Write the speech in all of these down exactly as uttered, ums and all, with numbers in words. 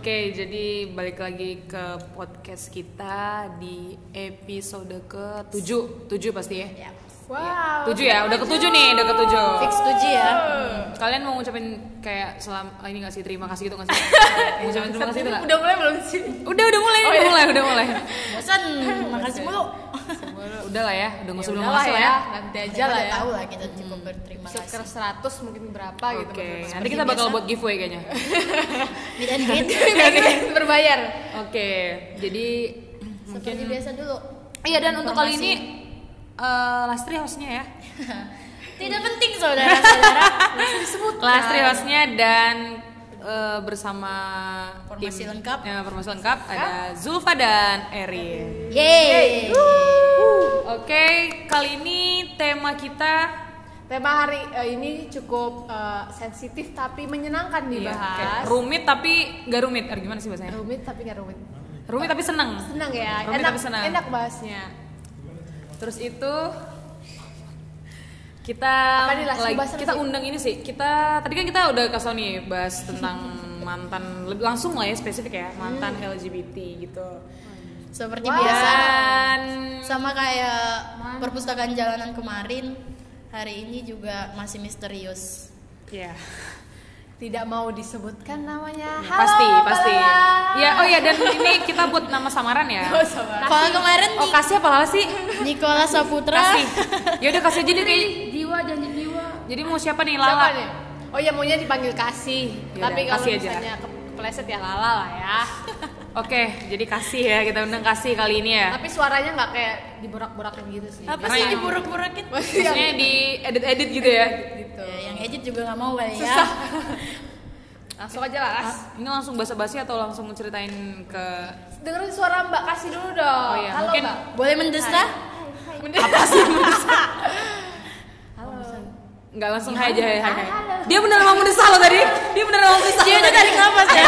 Oke, jadi balik lagi ke podcast kita di episode ke tujuh tujuh pasti ya? Ya. Wow. tujuh ya, udah ketujuh nih, udah ketujuh. Fix tujuh ya. Hmm. Kalian mau ngucapin kayak selam, ah, ini nggak sih terima kasih gitu nggak sih? Ngucapin terima kasih itu nggak? Udah mulai belum sih? Udah, udah mulai, Oh, udah iya. mulai, udah mulai. Bosan, makasih mulu. Udah lah ya, udah nggak usah bilang Udah lah makasih lah ya. Nanti aja Mereka lah udah ya. tahu lah kita cukup berterima Episode ke kasih. seratus mungkin berapa gitu. Oke, maksudnya. nanti kita bakal biasa. buat giveaway kayaknya. Meet and greet. Berbayar. Oke, jadi Seperti mungkin biasa dulu. iya dan untuk kali Informasi. ini uh, Lastri hostnya ya. Tidak penting saudara-saudara. Langsung disebut. Lastri hostnya dan uh, bersama Formasi tim, lengkap. ya, formasi lengkap ada Zulfa dan Erin. Yeay. Oke, kali ini tema kita Tema hari eh, ini cukup eh, sensitif tapi menyenangkan iya, dibahas. kayak rumit tapi nggak rumit. Er, gimana sih bahasanya? Rumit tapi nggak rumit. Rumit tapi seneng. Senang ya. Rumit enak, tapi senang. enak bahasnya. Terus itu kita Apa nih, Las? lagi, Bahas apa kita sih? undang ini sih. Kita tadi kan kita udah kasih tau nih bahas tentang mantan lebih langsung lah ya spesifik ya mantan L G B T gitu. Seperti Wow. biasa. Dan Sama kayak perpustakaan jalanan kemarin, hari ini juga masih misterius. ya Tidak mau disebutkan namanya. ya, Halo, pasti pasti. Bala. Ya oh ya dan ini kita buat nama samaran ya. Oh, sabar. Kalau kemarin Oh kasih apa lah sih? Nikola Saputra. Kasih. Ya udah kasih aja deh kayak. Jiwa janji jiwa. Jadi mau siapa nih Siapa Lala? nih? Oh ya maunya dipanggil kasih. Yaudah, Tapi kalau kasih aja. misalnya ke- kepleset ya Lala lah ya. Oke, jadi kasih ya kita undang kasih kali ini ya. Tapi suaranya nggak kayak diborak-borakin gitu sih. Apa Karena sih yang- diburuk-burakin? Maksudnya di edit-edit gitu ya. Gitu. Ya, yang edit juga nggak mau kali ya. Susah. Langsung aja lah. As. Ini langsung basa-basi atau langsung ceritain ke Dengerin suara Mbak Kasih dulu dong. Oh iya, Halo mungkin- Mbak. Boleh mendesta? apa sih? Halo. Enggak langsung hai aja hai hai. hai. Dia beneran mau mendesah lo tadi. Dia beneran mau mendesah. Dia udah tarik nafas ya.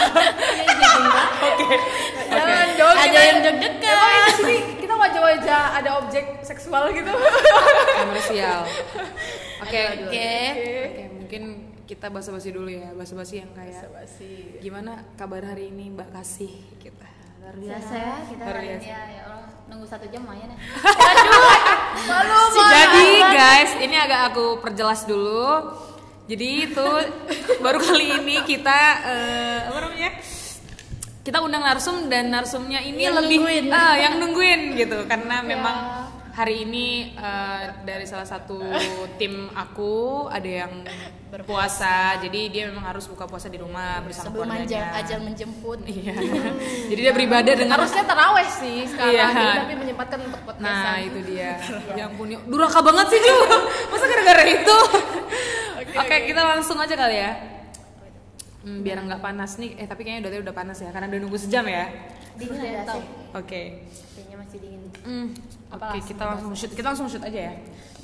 Oke. Jangan dong. Ada kita- yang deg-degan. Emang di sini kita wajah-wajah ada objek seksual gitu. Komersial. Oke. Oke. Oke, mungkin kita basa-basi dulu ya. Basa-basi yang kayak Basi. gimana kabar hari ini Mbak Kasih kita. Luar biasa ya kita Luar hari biasa. ini ya, ya Allah nunggu satu jam lumayan ya. Malu Jadi guys, ini agak aku perjelas dulu. Jadi itu baru kali ini kita eh, apa namanya? Kita undang narsum dan narsumnya ini Yang lebih nungguin. ah, yang nungguin gitu karena memang hari ini eh, dari salah satu tim aku ada yang berpuasa. Jadi dia memang harus buka puasa di rumah bersama Sebelum aja keluarganya. ajal menjemput. Iya. Jadi dia beribadah dengan Harusnya taraweh sih sekarang, Iya. gitu, tapi menyempatkan untuk podcastan. Nah itu dia. Ya ampun, ya- durhaka banget sih Ju. Masa gara-gara itu? Oke, kita langsung aja kali ya. Hmm, biar nggak panas nih. Eh tapi kayaknya udah udah panas ya, karena udah nunggu sejam ya. Dingin ada sih. Oke. Kayaknya masih dingin. Hmm, Apa Oke, langsung kita langsung shoot. Kita langsung shoot aja ya.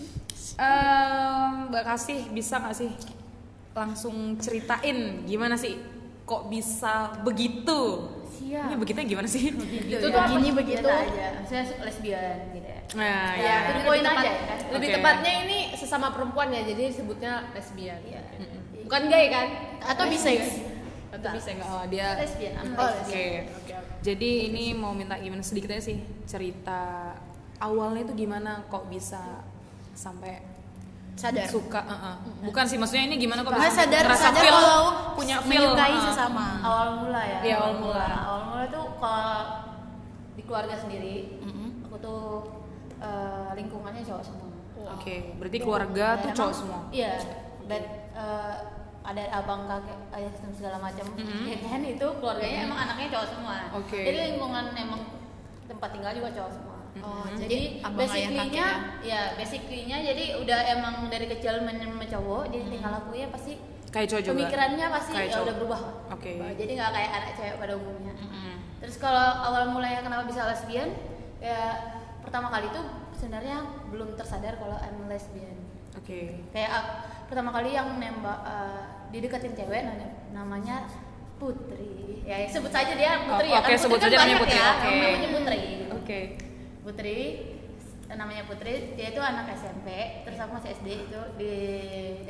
Ehm, Mbak Kasih bisa nggak sih langsung ceritain gimana sih kok bisa begitu? Siap. Ini begitunya gimana sih? Gitu tuh ya. apa? Gini begitu. Biasa aja. Saya lesbian gitu ya. Nah, Ya, ya. itu lebih, poin tepat- aja ya kan? lebih Oke. tepatnya ini sesama perempuan ya, jadi sebutnya lesbian. Iya. Bukan gay kan? Atau bisex? Atau bisa enggak? Oh, dia Lesbian. I'm Oh, Oke. lesbian. Oke, oke. Jadi ini mau minta gimana sedikit aja sih cerita awalnya itu gimana kok bisa sampai Sadar. suka? uh, uh. Bukan sih maksudnya ini gimana kok Nggak bisa sadar ngerasa sadar feel, kalau punya feel menyukai uh, uh. sesama. Awal mula ya. Iya, awal mula. Awal mula tuh kalau di keluarga sendiri, Mm-mm. aku tuh eh, lingkungannya cowok semua. Oke, berarti keluarga Ya, tuh emang- cowok semua. Iya. Dan eh, ada abang kakek ayah dan segala macam. Mhm. Ya kan itu keluarganya emang anaknya cowok semua. Oke. Jadi lingkungan emang tempat tinggal juga cowok semua. Oh, Mhm. jadi abang ayah kakek basically-nya, ya. ya basically-nya jadi udah emang dari kecil main sama cowok, jadi tinggal aku ya pasti Kayak cowok juga. pemikirannya pasti Kayak ya cowok. udah berubah. Oke. Jadi nggak kayak anak cewek pada umumnya. Mm-mm. Terus kalau awal mulanya kenapa bisa lesbian, ya pertama kali tuh sebenarnya belum tersadar kalau I'm lesbian. Oke. Kayak aku, pertama kali yang nembak uh, dideketin cewek nam- namanya Putri. Ya sebut saja dia Putri Oh, ya oke, kan. sebut Putri saja kan namanya banyak Putri, ya. oke. Namanya Putri. gitu. Oke. Putri namanya Putri, dia itu anak S M P, terus aku masih S D itu dideketin sama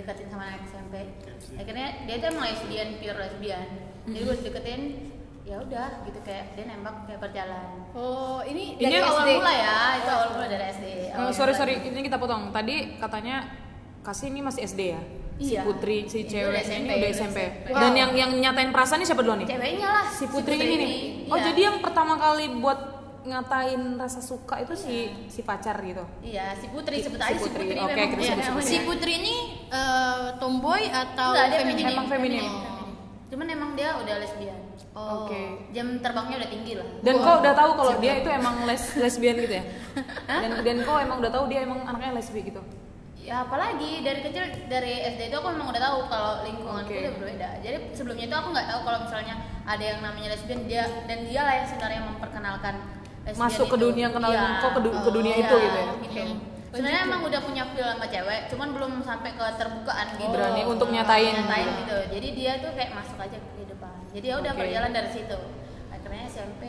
S M P. Akhirnya dia tuh emang lesbian, pure lesbian. Jadi gue deketin, ya udah gitu kayak dia nembak kayak berjalan. Oh, ini Ini dari Itu awal S D. mula ya, itu awal mula dari S D. Oh, Awal sorry mula. sorry, ini kita potong. Tadi katanya Kasih ini masih S D ya? Si Iya. Putri, si Itu cewek udah S M P, ini udah udah S M P. S M P. Dan yang yang nyatain perasaan ini siapa duluan nih? Ceweknya lah, Si Putri, ini nih. Oh, Iya. jadi yang pertama kali buat ngatain rasa suka itu si si pacar gitu. Iya, si Putri sebut Si aja si Putri. Putri. Oke, memang kita dia sebut namanya. Si Putri ini eh, tomboy atau Enggak, dia feminim? Emang feminim. Cuman emang dia udah lesbian. Oh. Oke. Jam terbangnya udah tinggi lah. Dan kau udah tahu kalau dia itu emang les lesbian gitu ya? Dan dan kau emang udah tahu dia emang anaknya lesbi gitu. Ya apalagi dari kecil dari S D itu aku memang udah tahu kalau lingkunganku Oke. udah berbeda. Jadi sebelumnya itu aku nggak tahu kalau misalnya ada yang namanya lesbian dia dan dia lah yang sebenarnya memperkenalkan lesbian Masuk ke itu. dunia kenal Iya. kau ke, du- ke dunia Iya, itu gitu ya. gitu. Sebenarnya emang udah punya feel sama cewek, cuman belum sampai ke terbukaan gitu. Berani untuk nyatain. Nyatain gitu. Jadi dia tuh kayak masuk aja ke depan. Jadi ya udah Oke. berjalan dari situ. Akhirnya S M P,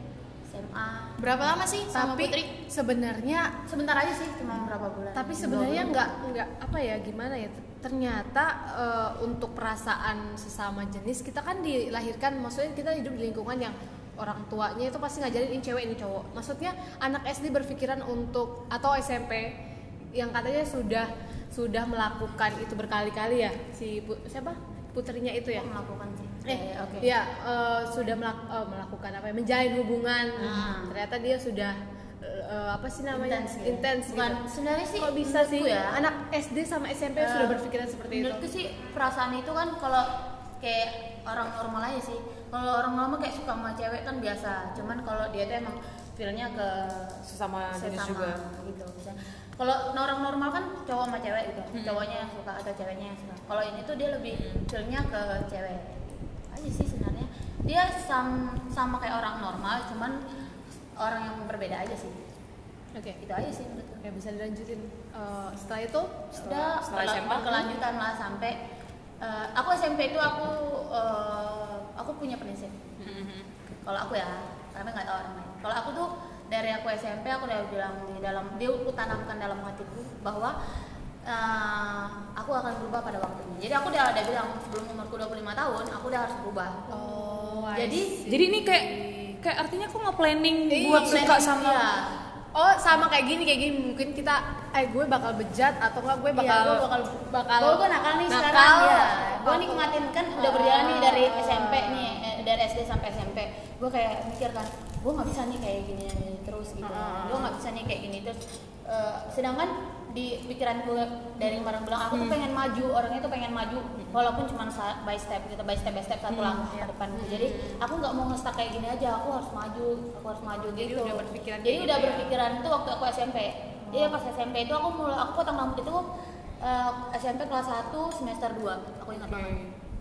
S M A. Berapa lama sih sama Tapi Putri? sebenarnya Sebentar aja sih, cuma berapa bulan. tapi Dua sebenarnya bulan. nggak nggak apa ya gimana ya ternyata eh, untuk perasaan sesama jenis kita kan dilahirkan maksudnya kita hidup di lingkungan yang orang tuanya itu pasti ngajarin ini cewek ini cowok maksudnya anak S D berpikiran untuk atau S M P yang katanya sudah sudah melakukan itu berkali-kali ya si Pu- siapa putrinya itu ya Aku melakukan sih. eh Ya, oke. ya eh, sudah melak- eh, melakukan apa ya menjalin hubungan Hmm. ternyata dia sudah eh, apa sih namanya Intens gitu. intens Bukan, gitu. sebenarnya sih Kok bisa sih menurutku ya, anak S D sama S M P Eh, sudah berpikiran seperti itu? menurutku sih perasaan itu kan kalau kayak orang normal aja sih. Kalau orang normal kayak suka sama cewek kan biasa. Cuman kalau dia tuh emang feelnya ke Sesama jenis sesama juga. gitu. Bisa. Kalau orang normal kan cowok sama cewek gitu. Hmm. Cowoknya yang suka atau ceweknya yang suka. Kalau ini tuh dia lebih feelnya ke cewek. Aja sih sebenarnya. Dia sam- sama kayak orang normal, cuman orang yang berbeda aja sih. Oke, Itu aja sih menurutku. ya bisa dilanjutin. Eh, setelah itu, Udah setelah berla- S M A? berkelanjutan lah sampai eh, aku S M P itu aku eh, aku punya prinsip. Kalau aku ya, tapi nggak tahu orang lain. Kalau aku tuh dari aku S M P aku udah bilang di dalam dia aku tanamkan dalam hatiku bahwa eh, aku akan berubah pada waktunya. Jadi aku udah ada bilang sebelum umurku dua puluh lima tahun aku udah harus berubah. oh, I Jadi see. Jadi ini kayak kayak artinya aku nggak planning Iya, buat suka Planning, sama iya. oh sama kayak gini kayak gini mungkin kita, eh gue bakal bejat atau enggak gue bakal Iya, gue bakal bakal Gue gue nakal nih nakal. sekarang ya. Gue nikmatin kan udah Oh. berjalan nih dari S M P nih, eh, dari S D sampai S M P. Gue kayak mikir kan, gue nggak bisa nih kayak gini terus gitu. Ah. Gue nggak bisa nih kayak gini terus. Eh, sedangkan di pikiran gue dari kemarin bilang aku tuh Hmm. pengen maju, orangnya tuh pengen maju walaupun cuma sa- by step gitu, by step by step satu Hmm, langkah iya. ke depan. Jadi aku nggak mau nge-stuck kayak gini aja, aku harus maju, aku harus maju Jadi gitu. udah berpikiran Jadi kayak udah gitu ya? berpikiran itu waktu aku S M P. Jadi pas S M P itu aku mulai aku potong rambut itu eh, S M P kelas satu semester dua, aku ingat banget.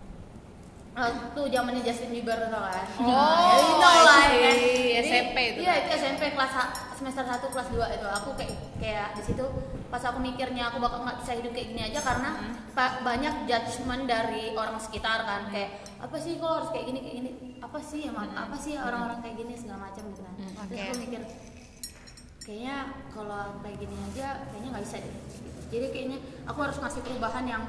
Waktu zamannya Justin Bieber tuh kan. Oh, ya, itu lah I ya kan. see. Jadi, S M P itu Iya, kan? itu S M P kelas sa- semester satu kelas dua itu. Aku kayak kayak di situ pas aku mikirnya aku bakal nggak bisa hidup kayak gini aja karena pa- banyak judgement dari orang sekitar kan kayak apa sih kok harus kayak gini kayak gini apa sih emang apa sih orang-orang kayak gini segala macam gitu kan. Terus oke. aku mikir kayaknya kalau kayak gini aja kayaknya nggak bisa deh. Jadi kayaknya aku harus ngasih perubahan yang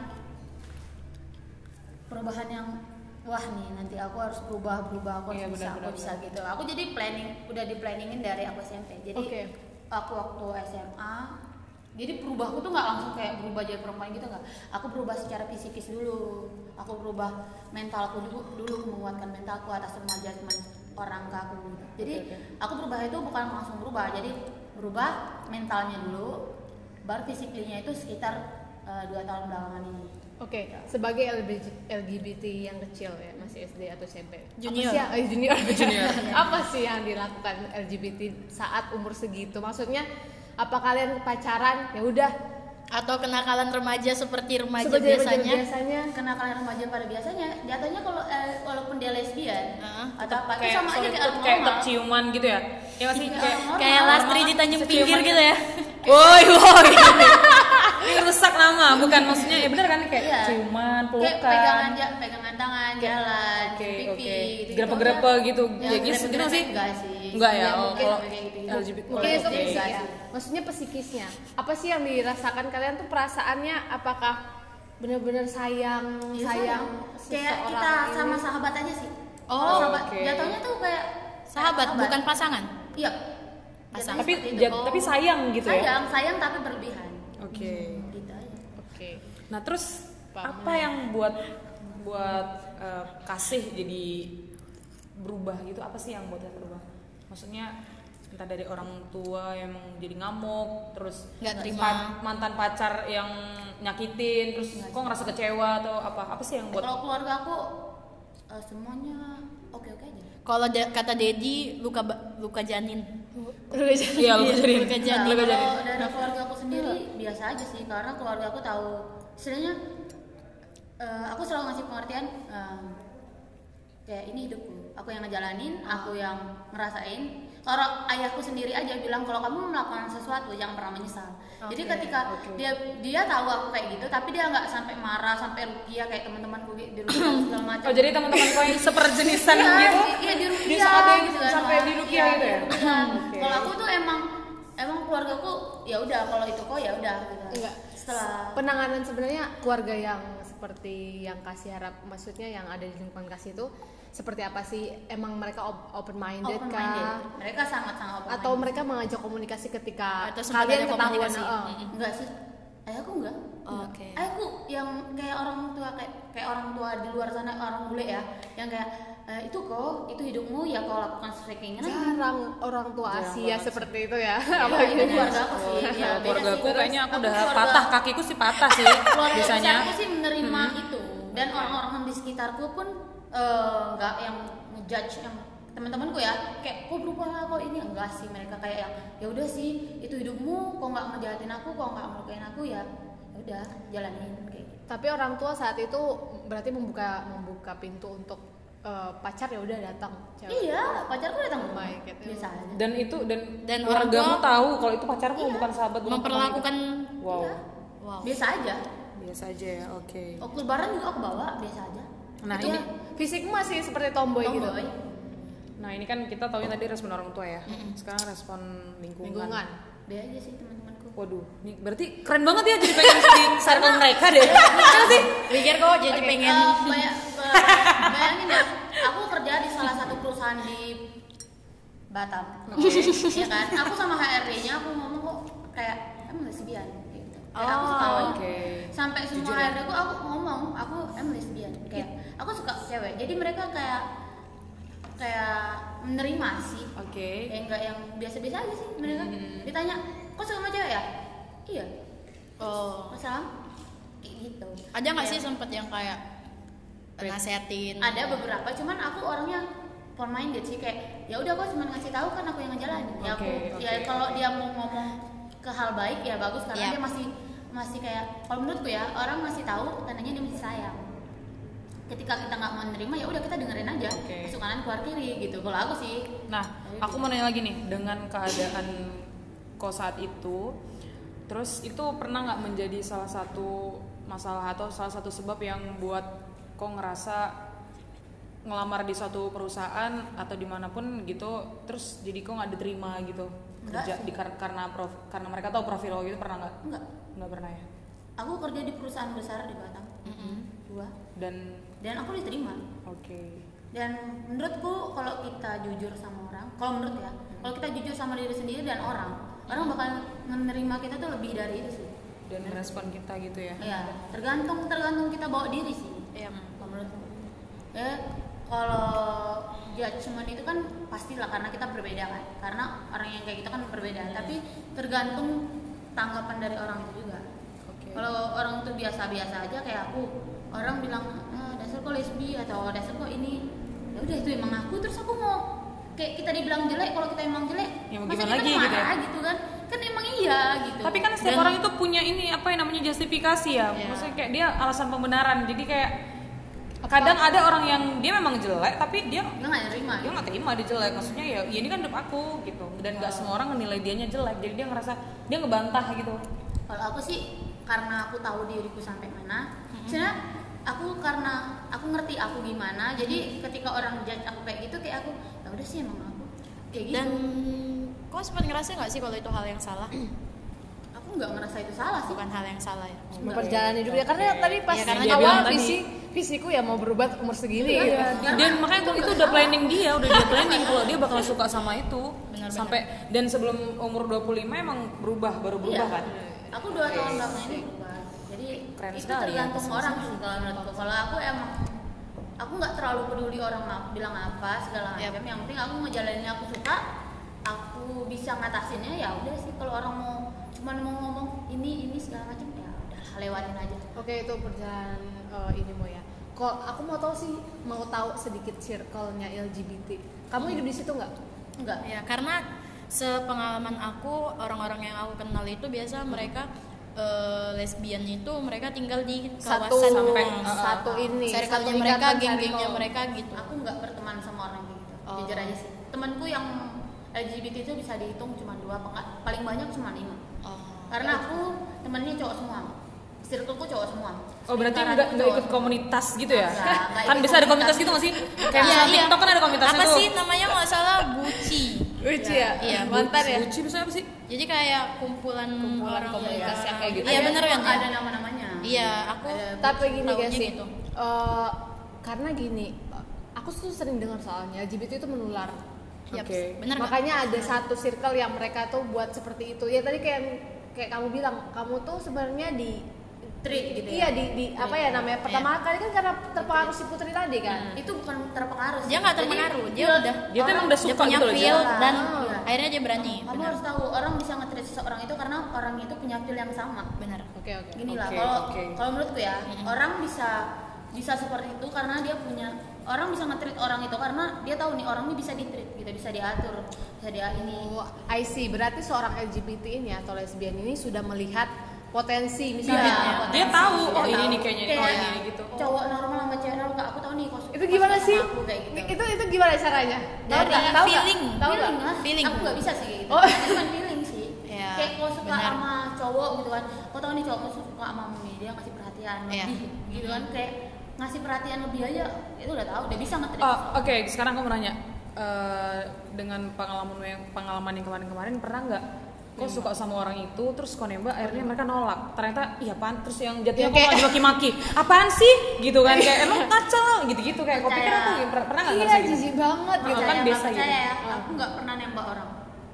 perubahan yang wah nih nanti aku harus berubah berubah aku harus Iya, bisa benar, aku benar, bisa gitu. Aku jadi planning udah di planningin dari aku S M P. Jadi Oke. aku waktu S M A jadi berubahku tuh nggak langsung kayak berubah jadi perempuan gitu nggak. Aku berubah secara fisikis dulu. Aku berubah mentalku dulu dulu menguatkan mentalku atas semua judgement orang ke aku. Gitu. Jadi Oke, oke. aku berubah itu bukan langsung berubah. Jadi berubah mentalnya dulu, baru fisiklinya itu sekitar eh, dua tahun belakangan ini. Oke, sebagai L G B T yang kecil ya, masih S D atau S M P. Junior. Apa sih yang, eh, junior. Junior. Apa sih yang dilakukan L G B T saat umur segitu? Maksudnya apa kalian pacaran? Ya udah, Atau kenakalan remaja seperti remaja sebagai biasanya? biasanya. Kenakalan remaja pada biasanya jatuhnya kalau eh, walaupun dia lesbian Heeh. atau apa itu kayak sama aja sorry, kayak orang kayak normal. tetap ciuman gitu ya. Ya masih Iya, kayak normal. Kayak Lastri di Tanjung Pinggir Ciuman. gitu ya? Woi woi. Ini rusak nama, bukan maksudnya ya bener kan kayak Iya. ciuman, Kayak pelukan. pegangan ja- pegangan tangan jalan Oke, pipi oke. gitu Grepe-grepe gitu. ya, Ya, gitu, gitu grepe-grepe sih? enggak sih Enggak ya, Enggak, oh, mungkin kalau kayak gitu L G B T. Mungkin itu Oke. fisik ya. Maksudnya psikisnya. Apa sih yang dirasakan kalian tuh perasaannya? Apakah bener-bener sayang Ya, sayang kayak seseorang kita ini. sama sahabat aja sih. Oh, Kalau sahabat oke. jatuhnya tuh kayak Sahabat, bukan pasangan. Iya. Pasangan. Jatuhnya Tapi seperti itu. jat- tapi sayang gitu ya. Sayang, sayang tapi berlebihan. Oke. Gitu aja. Oke. Nah terus Pak apa yang buat buat eh, kasih jadi berubah gitu? Apa sih yang buatnya berubah? Maksudnya entah dari orang tua yang jadi ngamuk, terus Nggak terima. pa- mantan pacar yang nyakitin, terus kok ngerasa kecewa atau apa? Apa sih yang buat? Kalau keluarga aku eh, semuanya oke-oke aja. Kalau da- kata Dedi luka ba- luka janin. Iya lu jadi Luka Nah, janin. kalau dari keluarga aku sendiri biasa aja sih, karena keluarga aku tahu istilahnya eh, aku selalu ngasih pengertian eh, kayak ini hidupku, aku yang ngejalanin, aku yang ngerasain. Kalau ayahku sendiri aja bilang kalau kamu melakukan sesuatu jangan pernah menyesal. Jadi ketika oke. dia dia tahu aku kayak gitu, tapi dia nggak sampai marah, sampai rupiah kayak teman-temanku di rupiah segala macam. Oh jadi teman-teman kau yang seperjenisan Iya, gitu? iya di rupiah Dia ada yang gitu kan, sampai Wak. di rupiah Iya, gitu ya? di rupiah. Oke. Kalau aku tuh emang emang keluargaku ya udah, kalau itu kok ya udah gitu. Enggak. Setelah Penanganan sebenarnya keluarga yang seperti yang kasih harap, maksudnya yang ada di lingkungan kasih itu seperti apa sih? Emang mereka open minded open kah? minded, mereka sangat-sangat open Atau minded. mereka mengajak komunikasi ketika Atau sempat kalian ada ketahuan? komunikasi? eh, Mm-mm. enggak sih, ayahku enggak. Oh, oke. Ayahku yang kayak orang tua kayak kayak orang tua di luar sana, orang bule ya, yang kayak "Eh, itu kok itu hidupmu ya kau lakukan sesuai keinginan." Jarang orang tua Jarang Asia banget seperti itu ya. Ya, Apalagi itu keluarga aku sih. Ya, Kalau beda keluarga sih. aku kayaknya aku Tapi udah keluarga- patah, kakiku sih patah sih keluarga biasanya. besarku sih menerima itu, dan orang-orang di sekitarku pun eh, nggak yang ngejudge yang teman-temanku ya kayak kok berubah kok ini, enggak sih, mereka kayak yang ya udah sih itu hidupmu, kok nggak ngejahatin aku, kok nggak melukain aku, ya udah jalanin kayak gitu. Tapi orang tua saat itu berarti membuka membuka pintu untuk eh, pacar, ya udah datang. Cewek. Iya, pacarku datang rumah Baik, gitu. biasa aja. Dan itu dan, Dan orang keluargamu tua- tahu kalau itu pacarku bukan sahabat, bukan teman Memperlakukan gitu. Wow. Iya, wow. biasa aja. Biasa aja ya, oke. Waktu lebaran juga aku bawa biasa aja. Nah Itu ini, fisikmu masih seperti tomboy, gitu. Tomboy. nah ini kan kita tahunya tadi respon orang tua ya. Sekarang respon lingkungan. Lingkungan. Be aja sih teman-temanku. Waduh, ini berarti keren banget ya jadi pengen di circle mereka deh. Kan sih? Pikir kok jadi Oke, pengen eh, banyak, eh, bayangin ya, aku kerja di salah satu perusahaan di Batam. Iya kan? Aku sama H R D-nya aku ngomong kok kayak emang lesbian gitu. Kayak aku suka Oh, awalnya. oke. Sampai semua Jujur H ya? R D aku aku ngomong aku emang lesbian. Kayak aku suka cewek. Jadi mereka kayak kayak menerima sih. Oke. Kayak enggak yang biasa-biasa aja sih mereka. Hmm. Ditanya, "Kok suka sama cewek ya?" Iya. oh Masalah kayak gitu. ada nggak sih Kayak- sempet yang kayak nasehatin? ada beberapa, cuman aku orangnya open minded sih, kayak ya udah aku cuma ngasih tahu kan aku yang ngejalanin. Ya aku Oke, ya oke. kalau dia mau ngomong ke hal baik ya bagus, karena Iya. dia masih masih kayak kalau menurutku ya orang masih tahu tandanya dia masih sayang. Ketika kita nggak mau menerima ya udah kita dengerin aja, Oke. masuk kanan keluar kiri gitu. Kalau aku sih Nah, aku mau nanya lagi nih, dengan keadaan kau saat itu, terus itu pernah nggak menjadi salah satu masalah atau salah satu sebab yang buat kau ngerasa ngelamar di suatu perusahaan atau dimanapun gitu, terus jadi kau nggak diterima gitu Enggak kerja sih. di kar- karena prof, karena mereka tahu profil lo gitu, pernah nggak? enggak. Nggak pernah ya. Aku kerja di perusahaan besar di Batam, dua, Dan dan aku diterima. oke, Dan menurutku kalau kita jujur sama orang, kalau menurut ya, kalau kita jujur sama diri sendiri dan orang, orang bakal menerima kita tuh lebih dari itu sih. dan respon kita gitu ya. Ya, tergantung tergantung kita bawa diri sih. Iya. Kalau menurutku. Ya, kalau judgement itu kan pastilah karena kita berbeda kan. Karena orang yang kayak gitu kan berbeda. Tapi tergantung tanggapan dari orang itu juga. Oke. Kalau orang itu biasa-biasa aja kayak aku, orang bilang ah, dasar kok lesbi atau dasar kok ini, ya udah itu emang aku, terus aku mau kayak kita dibilang jelek, kalau kita emang jelek Ya mau masa gimana kita lagi gitu ya? marah gitu kan, kan emang iya gitu. Tapi kan setiap Dan- orang itu punya ini apa yang namanya justifikasi ya. Iya. Maksudnya kayak dia alasan pembenaran. Jadi kayak kadang ada orang yang dia memang jelek tapi dia dia nggak nerima dia gitu. nggak terima dia jelek. Maksudnya ya, ya ini kan hidup aku gitu. Dan nggak semua orang menilai dianya jelek. Jadi dia ngerasa dia ngebantah gitu. Kalau aku sih karena aku tahu diriku sampai mana, sebenarnya aku karena aku ngerti aku gimana, jadi ketika orang judge aku kayak gitu kayak aku ya udah sih emang aku kayak gitu. Dan kok sempat ngerasa nggak sih kalau itu hal yang salah? Aku nggak ngerasa itu salah sih. bukan hal yang salah ya. Memperjalanin hidup dia karena tadi pas Ya, karena dia awal bilang tadi. visi visiku ya mau berubah umur segini Iya, gitu. dan makanya itu udah planning dia, udah dia planning kalau dia bakal suka sama itu. Benar-benar. Sampai dan sebelum umur dua puluh lima emang berubah, baru berubah Iya. kan. Aku dua tahun belakangan ini berubah. Jadi Keren itu sekali ya, tergantung masing-masing. orang sih kalau menurutku. Kalau aku emang aku nggak terlalu peduli orang ap- bilang apa segala Yap. macam. Yang penting aku ngejalanin yang aku suka, aku bisa ngatasinnya ya udah sih. Kalau orang mau cuman mau ngomong ini ini segala macam ya udah lewatin aja. Oke, itu perjalanan eh, ini mau ya. Kok aku mau tahu sih, mau tahu sedikit circle-nya L G B T. Kamu hidup di situ nggak? Enggak. Ya karena sepengalaman aku orang-orang yang aku kenal itu biasa mereka eh, lesbian itu mereka tinggal di kawasan Satu sampai, eh, uh, satu ini, circle-nya satu mereka, ikatan geng-gengnya circle. mereka gitu. Aku nggak berteman sama orang kayak gitu. Oh. Jujur aja sih. Temanku yang L G B T itu bisa dihitung cuma dua, apa nggak? Paling banyak cuma lima. Oh. Karena aku temennya cowok semua. Circleku cowok semua. Oh berarti Lingkaranku nggak nggak cowok ikut semua. komunitas gitu ya? Nggak, nggak Kan ikut bisa ada komunitas komunitas. gitu nggak sih? Kayak Iya, misalnya iya. TikTok kan ada komunitasnya Apa tuh. sih namanya nggak salah Buci. Lucu ya? Iya, mantan ya? Gucci bisa apa sih? Jadi kayak kumpulan, Kumpulan orang komunitas iya. yang kayak gitu. Iya Ada- bener kan ya? Ada nama-namanya. Iya, aku Ada- Tapi gini taunya guys sih, gitu. eh, karena gini, aku tuh sering dengar soalnya L G B T itu menular. Yap, Oke. bener nggak? Makanya ada satu circle yang mereka tuh buat seperti itu. Ya tadi kayak kayak kamu bilang, kamu tuh sebenarnya di Treat gitu iya ya. di, di apa ya namanya pertama kali kan karena terpengaruh si Putri tadi kan. Itu bukan terpengaruh. Dia sih. nggak Jadi, terpengaruh, dia dia- udah Dia tuh emang udah dia suka punya gitu loh. feel Jar. dan Iya. akhirnya dia berani. Kamu benar. harus tahu orang bisa nge-treat seseorang itu karena orang itu punya feel yang sama. Benar. Oke oke. Gini lah, Oke, kalau oke. kalau menurutku ya, orang bisa bisa seperti itu karena dia punya orang bisa nge-treat orang itu karena dia tahu nih orang ini bisa di-treat gitu, bisa diatur, bisa dia ini. Oh, I see. Berarti seorang L G B T ini atau lesbian ini sudah melihat potensi misalnya. Iya. Dia tahu, oh Dia ini tahu. nih kayaknya, Kayak oh ini nih gitu. Cowok normal sama cewek normal, Kak, aku tahu nih kos. Itu gimana kos- sih? sama Aku, kayak gitu. Itu itu gimana caranya? Tahu Dari nggak? Tahu nggak? feeling. Tahu nggak? feeling lah. Feeling. Aku nggak bisa sih kayak gitu. Oh. Itu kan feeling sih. Iya, Kayak kalau suka benar. sama cowok gitu kan, kau tahu nih cowokmu suka sama nih, dia ngasih perhatian Iya. lebih gitu kan, kayak ngasih perhatian lebih aja, itu udah tahu, udah bisa nge-treat. Oh oke, sekarang aku mau nanya. Eh, dengan pengalaman yang pengalaman yang kemarin-kemarin pernah nggak kok suka sama orang itu terus kau nembak akhirnya mereka nolak ternyata iya apaan terus yang jatuhnya Ya, kok kayak- malah dimaki-maki apaan sih gitu kan kayak emang kacau gitu-gitu kayak kau pikir Percaya. aku pernah pernah nggak Iya, ngerasa gitu? jijik banget gitu. kan Percaya, nggak biasa percaya gitu. ya, aku nggak pernah nembak orang.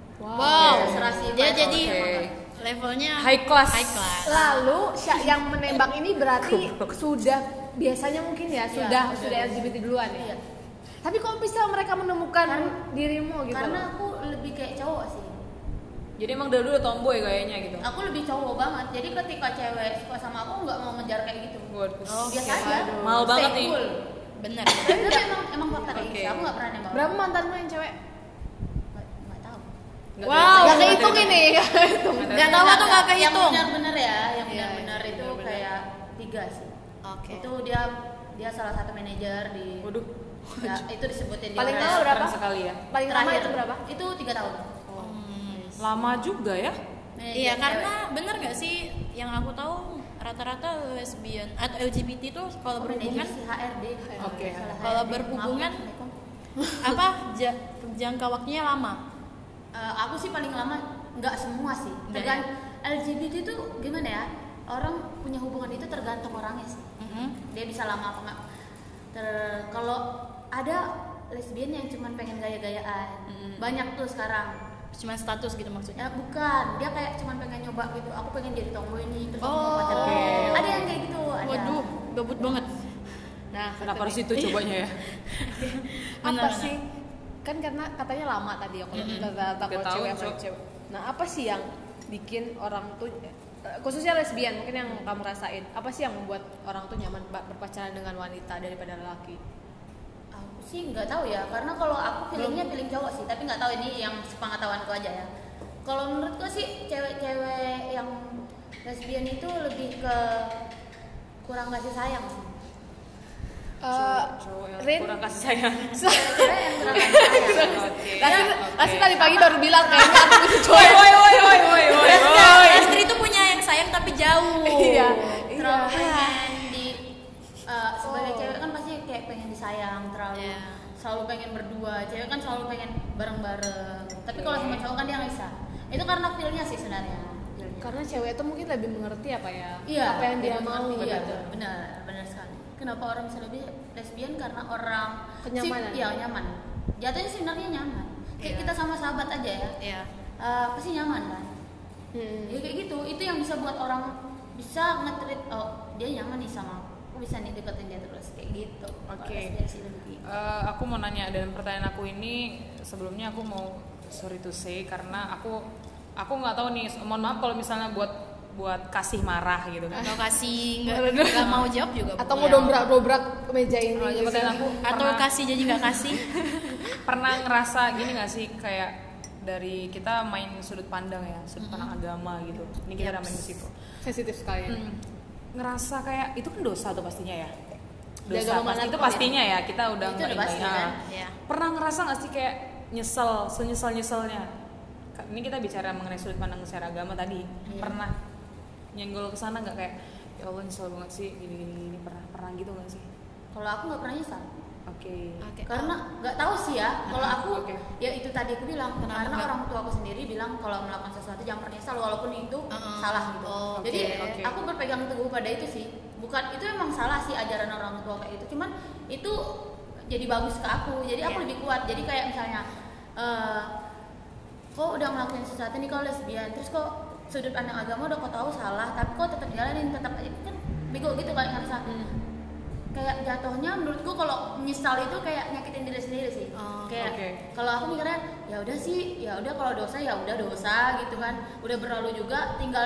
Wow. Serasi Dia vibes. jadi Oke. levelnya High class. High class. Lalu Sya- yang menembak ini berarti sudah biasanya mungkin ya sudah udah. sudah L G B T duluan ya. Iya. Tapi kok bisa mereka menemukan Karena- dirimu gitu? Karena aku lebih kayak cowok sih. Jadi emang dari dulu udah tomboy kayaknya gitu. Aku lebih cowok banget. Jadi ketika cewek suka sama aku nggak mau ngejar kayak gitu. Waduh. Oh, Biasa oke. aja. Mahal Stay banget nih. cool. Bener. Tapi emang emang fakta kayak Oke. gitu. Aku nggak pernah nembak. Berapa mantanmu yang cewek? Nggak nggak tahu. Nggak Wow. tahu. Gak kehitung ini, gak kehitung. Nggak tahu atau nggak kehitung? Yang benar-benar ya, yang Iya, benar-benar iya, itu benar-benar. kayak tiga sih. Oke. Itu dia dia salah satu manajer di. Waduh. Ya, itu disebutin dia. Paling orang lama berapa? Keren sekali ya. Paling lama Terakhir itu berapa? Itu tiga tahun. Hmm. Lama juga ya. Manajer Iya, cewek. karena bener nggak sih yang aku tahu rata-rata lesbian atau L G B T itu kalau Oh, manajer berhubungan si H R D. Oke. Salah Kalau H R D. berhubungan, Maaf, Assalamualaikum. apa ja- jangka waktunya lama. Eh, aku sih paling lama nggak semua sih. Nggak Tergan L G B T itu gimana ya? Orang punya hubungan itu tergantung orangnya sih. Mhm. Dia bisa lama apa nggak? Ter- kalau ada lesbian yang cuman pengen gaya-gayaan, banyak tuh sekarang. Cuma status gitu maksudnya. Ya bukan, dia kayak cuman pengen nyoba gitu. Aku pengen jadi tomboy nih, terus aku Oh, mau pacaran. oke. Ada yang kayak gitu, ada. Waduh, gabut banget. Nah, Kenapa harus itu cobanya ya? apa Benar, sih? Kan karena katanya lama tadi ya kalau Mm-mm. rata-rata Tiga kalau tahun, cewek sama Cok. cewek. Nah, apa sih yang bikin orang tuh eh, khususnya lesbian mungkin yang kamu rasain, apa sih yang membuat orang tuh nyaman ba- berpacaran dengan wanita daripada lelaki? Aku sih nggak tahu ya, karena kalau aku feelingnya feeling cowok sih, tapi nggak tahu ini yang sepengetahuanku aja ya. Kalau menurutku sih cewek-cewek yang lesbian itu lebih ke kurang kasih sayang sih. Eh, Cowok yang Rin? kurang kasih sayang. Cewek yang kurang kasih sayang. Oke. Lasi, Oke. Lasi tadi pagi baru bilang kayaknya aku butuh cowok. Woi woi woi woi woi woi. woi. Astri itu punya yang sayang tapi jauh. Iya, Terlalu iya. pengen di uh, sebagai Oh. cewek kan pasti kayak pengen disayang, terlalu Iya. selalu pengen berdua. Cewek kan selalu pengen bareng-bareng. Tapi kalau sama cowok kan dia nggak bisa. Itu karena feel-nya sih sebenarnya. Karena cewek itu mungkin lebih mengerti apa ya, Iya, apa yang dia lebih mau mengerti, iya, gitu. benar benar sekali. Kenapa orang bisa lebih lesbian? Karena orang Kenyamanan. sih, iya nyaman. Jatuhnya sebenarnya nyaman. Kayak Iya. kita sama sahabat aja ya. Iya. Eh, pasti nyaman kan? Hmm. Ya kayak gitu. Itu yang bisa buat orang bisa nge-treat, oh dia nyaman nih sama aku. Aku bisa nih deketin dia terus kayak gitu. Kalau Oke. lesbian sih lebih. Eh, aku mau nanya, dan pertanyaan aku ini sebelumnya aku mau sorry to say karena aku aku nggak tahu nih, mohon maaf kalau misalnya buat buat kasih marah gitu kan. Atau kasih nggak nggak mau jawab juga. Atau boleh. mau dobrak-dobrak meja ini. Oh, gitu. pertanyaan aku Atau pernah, kasih jadi nggak kasih. pernah ngerasa gini nggak sih, kayak dari kita main sudut pandang ya, sudut pandang agama gitu. Ini kita udah main ke situ. Sensitif sekali. ya. Hmm, ngerasa kayak itu kan dosa tuh pastinya ya. Di Dosa agama pasti, mana itu pun pastinya ya, kita udah Itu nggak udah pasti ini, kan? ah. Iya. Pernah ngerasa nggak sih kayak nyesel, senyesal nyeselnya? Ini kita bicara mengenai sudut pandang secara agama tadi. Iya. Pernah nyenggol ke sana nggak kayak ya Allah nyesel banget sih gini gini gini, pernah pernah gitu nggak sih? Kalau aku nggak pernah nyesal. Oke. Oke. Karena nggak tahu sih ya. Kalau aku Oke. ya itu tadi aku bilang, Kenapa karena nggak? orang tua aku sendiri bilang kalau melakukan sesuatu jangan pernah nyesal walaupun itu Uh-uh. salah gitu. Oh, Jadi oke, oke. aku berpegang teguh pada itu sih. Bukan itu emang salah sih ajaran orang tua kayak itu. Cuman itu jadi bagus ke aku. Jadi aku Iya. lebih kuat. Jadi kayak misalnya eh kok udah ngelakuin sesuatu nih kau lesbian, terus kok sudut pandang agama udah kau tahu salah, tapi kok tetap jalanin, tetap aja kan bego gitu kayak ngerasa. Kayak jatuhnya menurutku kalau menyesal itu kayak nyakitin diri sendiri sih. Oh, kayak oke. kalau aku mikirnya ya udah sih, ya udah kalau dosa ya udah dosa gitu kan. Udah berlalu juga, tinggal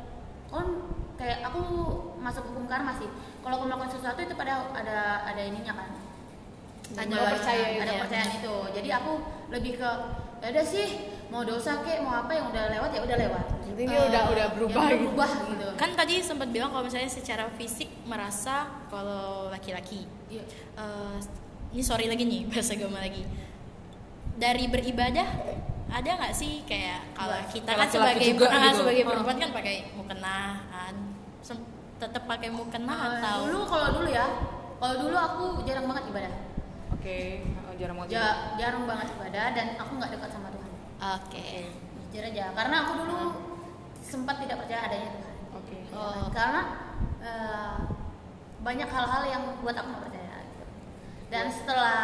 kon kayak aku masuk hukum karma sih. Kalau aku melakukan sesuatu itu pada ada ada ininya kan. Ada Bawahnya, percaya itu ada ya. kepercayaan itu. Jadi aku lebih ke ya udah sih, mau dosa kek mau apa yang udah lewat ya udah lewat. Jadi dia udah udah berubah Yang udah gitu. berubah gitu. Kan tadi sempat bilang kalau misalnya secara fisik merasa kalau laki-laki. Iya. Eh, ini sorry lagi nih bahasa agama lagi. Dari beribadah ada nggak sih kayak kalau Nggak. kita Kayak kan laki-laki sebagai juga ah, gitu. sebagai Ah. perempuan kan pakai mukena kan. Sem- tetap pakai mukena Nah, atau dulu kalau dulu ya, kalau dulu aku jarang banget ibadah. Oke, oh, jarang banget. Ja, jarang banget ibadah dan aku nggak dekat sama Tuhan. oke. Jujur aja, karena aku dulu sempat tidak percaya adanya Tuhan. Oke. Ya kan? Karena eh, banyak hal-hal yang buat aku nggak percaya. Gitu. Dan setelah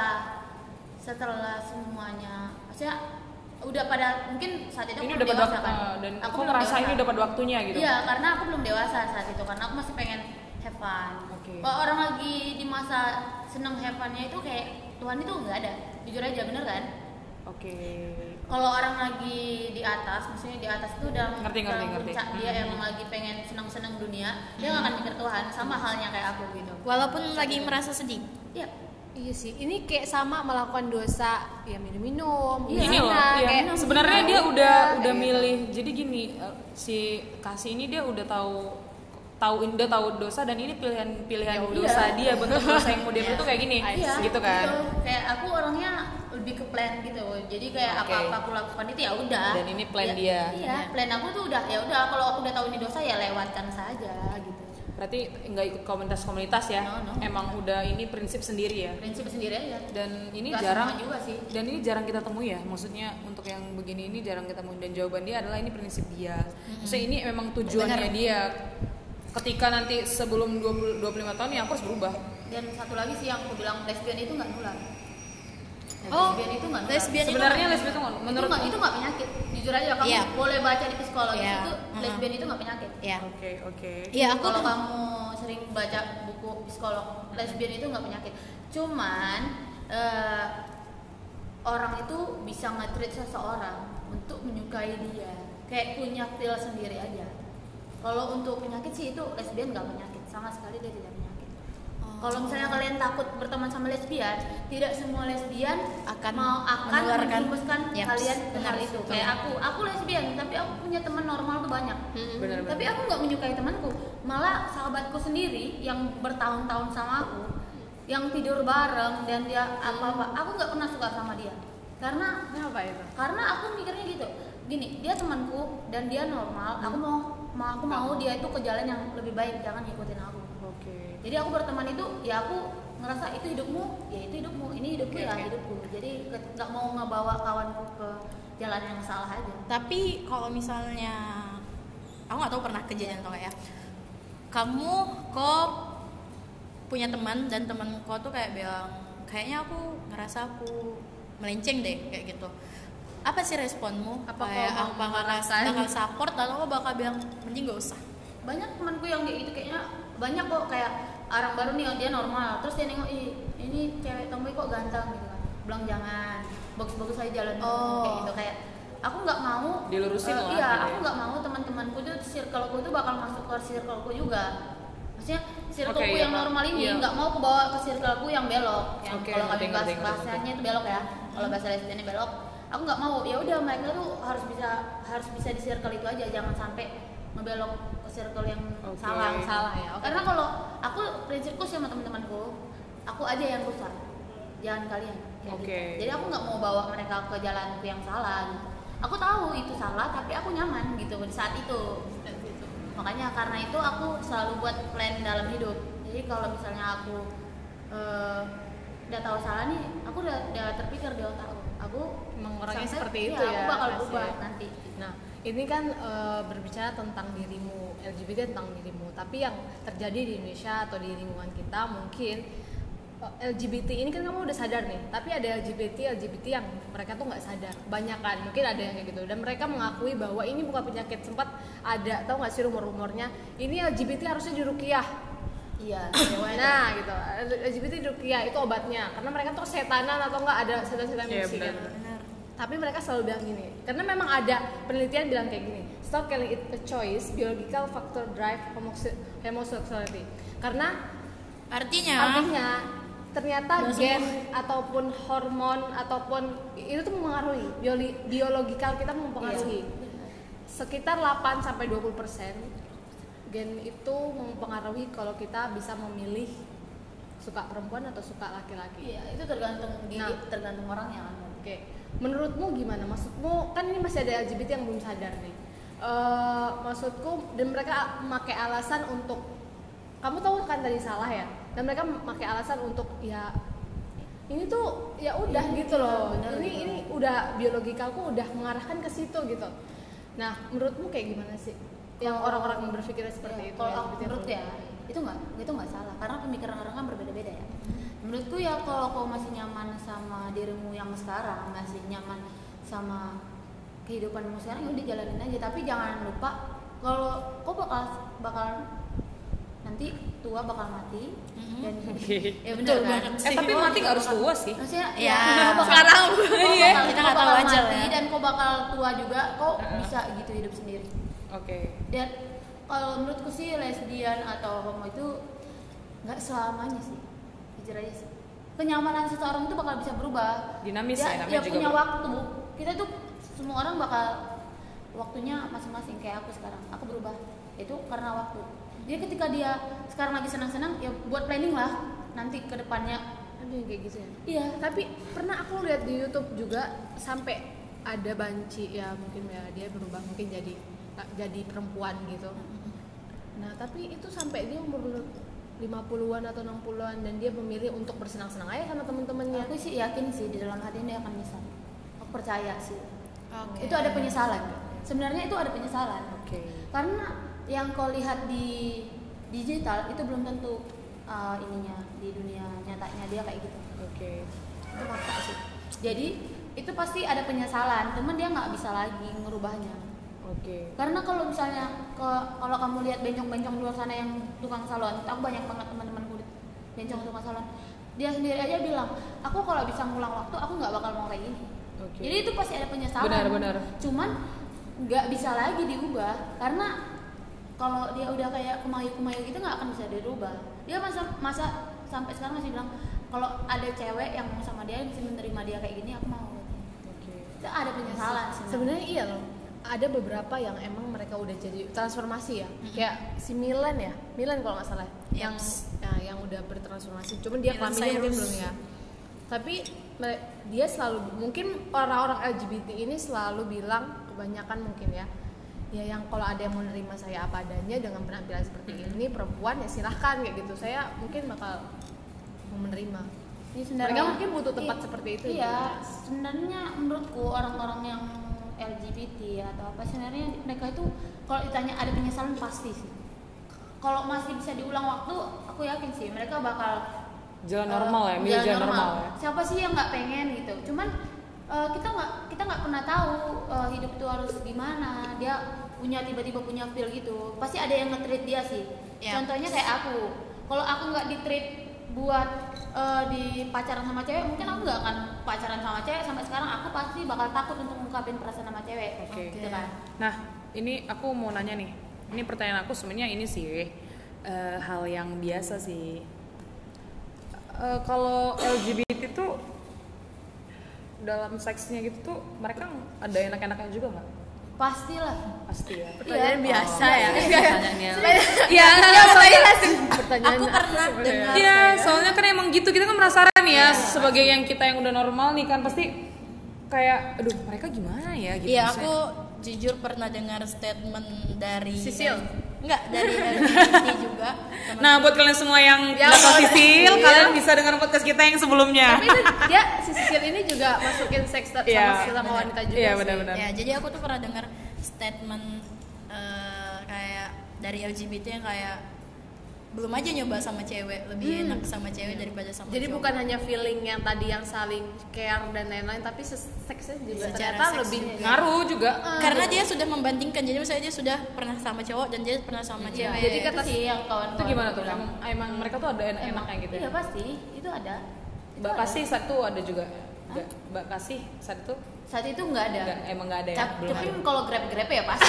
setelah semuanya, maksudnya udah pada mungkin saat itu aku Ini belum udah pada dewasa waktu, kan. uh, dan aku belum ngerasa dewasa. ini udah pada waktunya gitu. Iya, karena aku belum dewasa saat itu, karena aku masih pengen have fun. Oke. Kalau orang lagi di masa seneng have fun-nya itu kayak Tuhan itu nggak ada. Jujur aja, bener kan? Oke. Kalau orang lagi di atas, maksudnya di atas itu dalam, Ngerti, ngerti, dalam ngerti. puncak dia Hmm. emang lagi pengen senang-senang dunia, dia nggak akan mikir Tuhan. Sama halnya kayak aku gitu. Walaupun lagi merasa sedih. Iya. Iya sih, ini kayak sama melakukan dosa ya minum-minum, Iya. Ini loh, zina, iya. kayak Sebenarnya zina, dia udah kayak udah gitu. milih. Jadi gini, eh, si Kasih ini dia udah tahu tahu udah tahu dosa, dan ini pilihan pilihan Ya udah. dosa dia, bentuk dosa yang mau dia Iya. tuh kayak gini, Iya, gitu kan. betul. Kayak aku orangnya lebih ke plan gitu. Jadi kayak Oke. apa-apa aku lakukan itu ya udah. Dan ini plan Ya, dia. Iya, plan aku tuh udah ya udah kalau aku udah tahu ini dosa ya lewatkan saja gitu. Berarti nggak ikut komunitas-komunitas ya? No, no. Emang udah ini prinsip sendiri ya. Prinsip sendiri aja. Dan ini Nggak jarang semua juga sih. dan ini jarang kita temui ya, maksudnya untuk yang begini ini jarang kita temui, dan jawaban dia adalah ini prinsip dia. Maksudnya ini memang tujuannya Benar. dia. Ketika nanti sebelum dua puluh, dua puluh lima tahun ya aku harus berubah. Dan satu lagi sih yang aku bilang lesbian itu nggak nular. Oh, lesbian itu nggak nular. lesbian itu Sebenarnya nggak- lesbian itu nggak- itu menurut nggak itu nggak penyakit. Jujur aja kamu Iya. boleh baca di psikologis Iya. itu Mm-mm. lesbian itu nggak penyakit. Ya. Oke, oke. Iya, aku Kalau tuh- kamu sering baca buku psikolog, lesbian itu nggak penyakit. Cuman eh, orang itu bisa nge-treat seseorang untuk menyukai dia, kayak punya feel sendiri aja. Kalau untuk penyakit sih itu lesbian nggak penyakit, sama sekali dia tidak penyakit. Oh. Kalau misalnya kalian takut berteman sama lesbian, tidak semua lesbian Akan mau akan menularkan. menjurumuskan Yaps, kalian ke benar, hal itu. betul. Kayak aku, aku lesbian, tapi aku punya teman normal tuh banyak. Benar-benar. Tapi aku nggak menyukai temanku, malah sahabatku sendiri yang bertahun-tahun sama aku, yang tidur bareng dan dia apa-apa, aku nggak pernah suka sama dia. Karena Kenapa itu? karena aku mikirnya gitu, gini, dia temanku dan dia normal, aku mau, mau aku mau dia itu ke jalan yang lebih baik, jangan ngikutin aku. Oke. Jadi aku berteman itu, ya aku ngerasa itu hidupmu, ya itu hidupmu, ini hidupku Oke, ya oke. hidupku. Jadi ke- nggak mau ngebawa kawanku ke jalan yang salah aja. Tapi kalau misalnya aku nggak tahu pernah kejadian atau nggak ya, kamu kok punya teman dan teman kau tuh kayak bilang kayaknya aku ngerasa aku melenceng deh kayak gitu, apa sih responmu? Apa kayak kau mau apa bakal mengarahkan? bakal support atau kau bakal bilang mending gak usah? Banyak temanku yang kayak gitu, kayaknya banyak kok, kayak orang baru nih dia normal terus dia nengok, ih ini cewek tomboy kok ganteng gitu kan, bilang jangan, bagus-bagus aja jalan Oh. kayak gitu, kayak aku nggak mau Dilurusin eh, lah, iya gitu aku ya. nggak mau teman-temanku tuh circleku tuh bakal masuk ke circleku juga, maksudnya circleku Oke, iya, yang Pak. normal ini Iya. nggak mau aku bawa ke circleku yang belok, yang Oke, kalau ngerti, kami bahas ngerti, ngerti, bahasanya itu belok ya, kalau bahasa lesbiannya belok, aku nggak mau. Ya udah mereka tuh harus bisa harus bisa di circle itu aja, jangan sampai ngebelok ke circle yang Oke. salah Salah ya, oke. karena kalau aku prinsipku sama teman-temanku, aku aja yang rusak, jangan kalian. Kayak Oke. gitu. Jadi aku nggak mau bawa mereka ke jalan yang salah. Gitu. Aku tahu itu salah, tapi aku nyaman gitu di saat itu. Makanya karena itu aku selalu buat plan dalam hidup. Jadi kalau misalnya aku eh, udah tahu salah nih, aku udah, udah terpikir di otak aku. Aku Emang orangnya sampai- seperti iya, itu ya, Aku bakal pasti. berubah nanti. Nah, ini kan eh, berbicara tentang dirimu, L G B T tentang dirimu. Tapi yang terjadi di Indonesia atau di lingkungan kita mungkin eh, L G B T ini kan kamu udah sadar nih. Tapi ada L G B T L G B T yang mereka tuh nggak sadar. Kebanyakan mungkin ada yang kayak gitu. Dan mereka mengakui bahwa ini bukan penyakit. Sempat ada, tahu nggak sih rumor-rumornya? Ini L G B T harusnya diruqyah. Iya. Nah, gitu. L G B T diruqyah itu obatnya. Karena mereka tuh setanan atau nggak ada setan-setan Iya, musik benar. kan. Benar. Tapi mereka selalu bilang gini, karena memang ada penelitian bilang kayak gini, stop calling it a choice, biological factor drive homosi- homosexuality. Karena Artinya, artinya ternyata gen ataupun hormon ataupun itu tuh mempengaruhi, bioli- biologikal kita mempengaruhi. Sekitar delapan sampai dua puluh persen gen itu mempengaruhi kalau kita bisa memilih suka perempuan atau suka laki-laki. Iya, itu tergantung gigi, Nah. tergantung orangnya kan. Oke, menurutmu gimana? Maksudmu kan ini masih ada L G B T yang belum sadar nih. Eh, maksudku dan mereka memakai alasan untuk, kamu tahu kan tadi salah ya. Dan mereka memakai alasan untuk ya ini tuh ya udah Iya, gitu loh. bener, ini bener. ini udah biologikalku udah mengarahkan ke situ gitu. Nah, menurutmu kayak gimana sih? Yang Kalau- orang-orang yang berpikir seperti Ya, itu. kalau L G B aku T menurut ya itu nggak itu nggak salah karena pemikiran orang kan berbeda-beda ya. Menurutku ya kalau kau masih nyaman sama dirimu yang sekarang, masih nyaman sama kehidupanmu sekarang, ya udah jalanin aja. Tapi jangan lupa kalau kau bakal bakal nanti tua bakal mati Mhm. dan Oke. ya benar kan. banget Eh tapi Kau mati nggak harus bakal- tua sih. Maksudnya Ya, kau bakal- sekarang kau iya, bakal- kita kau nggak tahu bakal aja mati ya. dan kau bakal tua juga, kau Uh-uh. bisa gitu hidup sendiri. Oke. Dan kalau menurutku sih lesbian atau homo itu nggak selamanya sih, jujur aja sih. Kenyamanan seseorang itu bakal bisa berubah. Dinamis dia, ya, namanya dia juga punya ber- waktu. Kita tuh semua orang bakal waktunya masing-masing, kayak aku sekarang. Aku berubah itu karena waktu. Dia ketika dia sekarang lagi senang-senang, ya buat planning lah nanti ke depannya. Ada yang kayak gitu ya. Iya. Tapi pernah aku lihat di YouTube juga sampai ada banci ya mungkin ya dia berubah mungkin jadi jadi perempuan gitu. Nah, tapi itu sampai dia umur lima puluhan atau enam puluhan dan dia memilih untuk bersenang-senang aja sama teman-temannya. Aku sih yakin sih di dalam hati dia akan menyesal. Aku percaya sih. Oke. Itu ada penyesalan. Sebenarnya itu ada penyesalan. Oke. Karena yang kau lihat di digital itu belum tentu uh, ininya di dunia nyatanya dia kayak gitu. Oke. Itu fakta sih. Jadi itu pasti ada penyesalan, cuman dia nggak bisa lagi ngerubahnya. Oke. Karena kalau misalnya ke, kalau kamu lihat bencong-bencong di luar sana yang tukang salon, aku banyak banget teman-temanku di- bencong tukang salon. Dia sendiri aja bilang, aku kalau bisa ngulang waktu, aku nggak bakal mau kayak gini. Oke. Jadi itu pasti ada penyesalan. Benar, benar. Cuman nggak bisa lagi diubah karena kalau dia udah kayak kemayu-kemayu gitu nggak akan bisa dirubah. Dia masa masa sampai sekarang masih bilang kalau ada cewek yang mau sama dia bisa menerima dia kayak gini, aku mau. Oke. Itu ada penyesalan sih. Sebenarnya iya loh. Ada beberapa yang emang mereka udah jadi transformasi ya. Kayak si Milan ya. Milan kalau nggak salah. Yang Yes. ya, yang udah bertransformasi. Cuman dia Miley kelaminnya mungkin Cyrus. belum ya. Tapi mere- dia selalu mungkin orang-orang L G B T ini selalu bilang kebanyakan mungkin ya. Ya yang kalau ada yang mau menerima saya apa adanya dengan penampilan seperti ini perempuan ya silahkan kayak gitu. Saya mungkin bakal mau menerima. Ini sebenarnya Mereka mungkin butuh tempat i- seperti itu Iya, juga. sebenarnya menurutku orang-orang yang L G B T atau apa sebenarnya mereka itu kalau ditanya ada penyesalan pasti sih. Kalau masih bisa diulang waktu, aku yakin sih mereka bakal jalan uh, normal ya, milih jalan normal ya. Siapa sih yang nggak pengen gitu? Cuman uh, kita nggak kita nggak pernah tahu uh, hidup itu harus gimana. Dia punya tiba-tiba punya feel gitu. Pasti ada yang nge-treat dia sih. Ya. Contohnya kayak aku. Kalau aku nggak di-treat buat uh, di pacaran sama cewek, mungkin aku nggak akan pacaran sama cewek. Sampai sekarang aku pasti bakal takut untuk ngungkapin perasaan sama cewek. Oke. Gitu kan. Nah, ini aku mau nanya nih. Ini pertanyaan aku sebenarnya ini sih uh, hal yang biasa sih. Uh, kalau L G B T tuh dalam seksnya gitu tuh mereka ada enak-enaknya juga nggak? Pastilah. Pasti ya. Pertanyaan Iya. biasa Oh, ya. Pertanyaannya. Ya, ya soalnya pertanyaan Aku pernah dengar. Iya, soalnya kan emang gitu, kita kan penasaran ya sebagai yang kita yang udah normal nih kan pasti kayak aduh mereka gimana ya gitu. Iya, maksudnya. aku jujur pernah dengar statement dari Sisil. Enggak, dari L G B T juga. Teman- Nah, buat kalian semua yang Ya, nggak tahu kalau- Sisil, iya. kalian bisa dengar podcast kita yang sebelumnya. tapi itu dia si Sisil ini juga masukin seks sama Iya, sama wanita juga Iya, sih. benar-benar. Ya, jadi aku tuh pernah dengar statement eh, kayak dari L G B T yang kayak belum aja nyoba sama cewek, lebih enak sama cewek daripada sama Jadi cowok. bukan hanya feeling yang tadi yang saling care dan lain-lain, tapi ses- seksnya juga Secara ternyata seksnya lebih juga. Ngaruh juga. Karena dia sudah membandingkan, jadi misalnya dia sudah pernah sama cowok dan dia pernah sama Iya, cewek. Jadi itu kata- sih yang kawan Itu gimana tuh? Emang, emang mereka tuh ada enak-enaknya gitu ya? Iya pasti, itu ada. Itu Mbak ada. Kasih saat itu ada juga. Nggak, Mbak Kasih saat itu Saat itu nggak ada. nggak, emang nggak ada ya? Tapi Belum tapi ada. kalau grab grab ya pasti.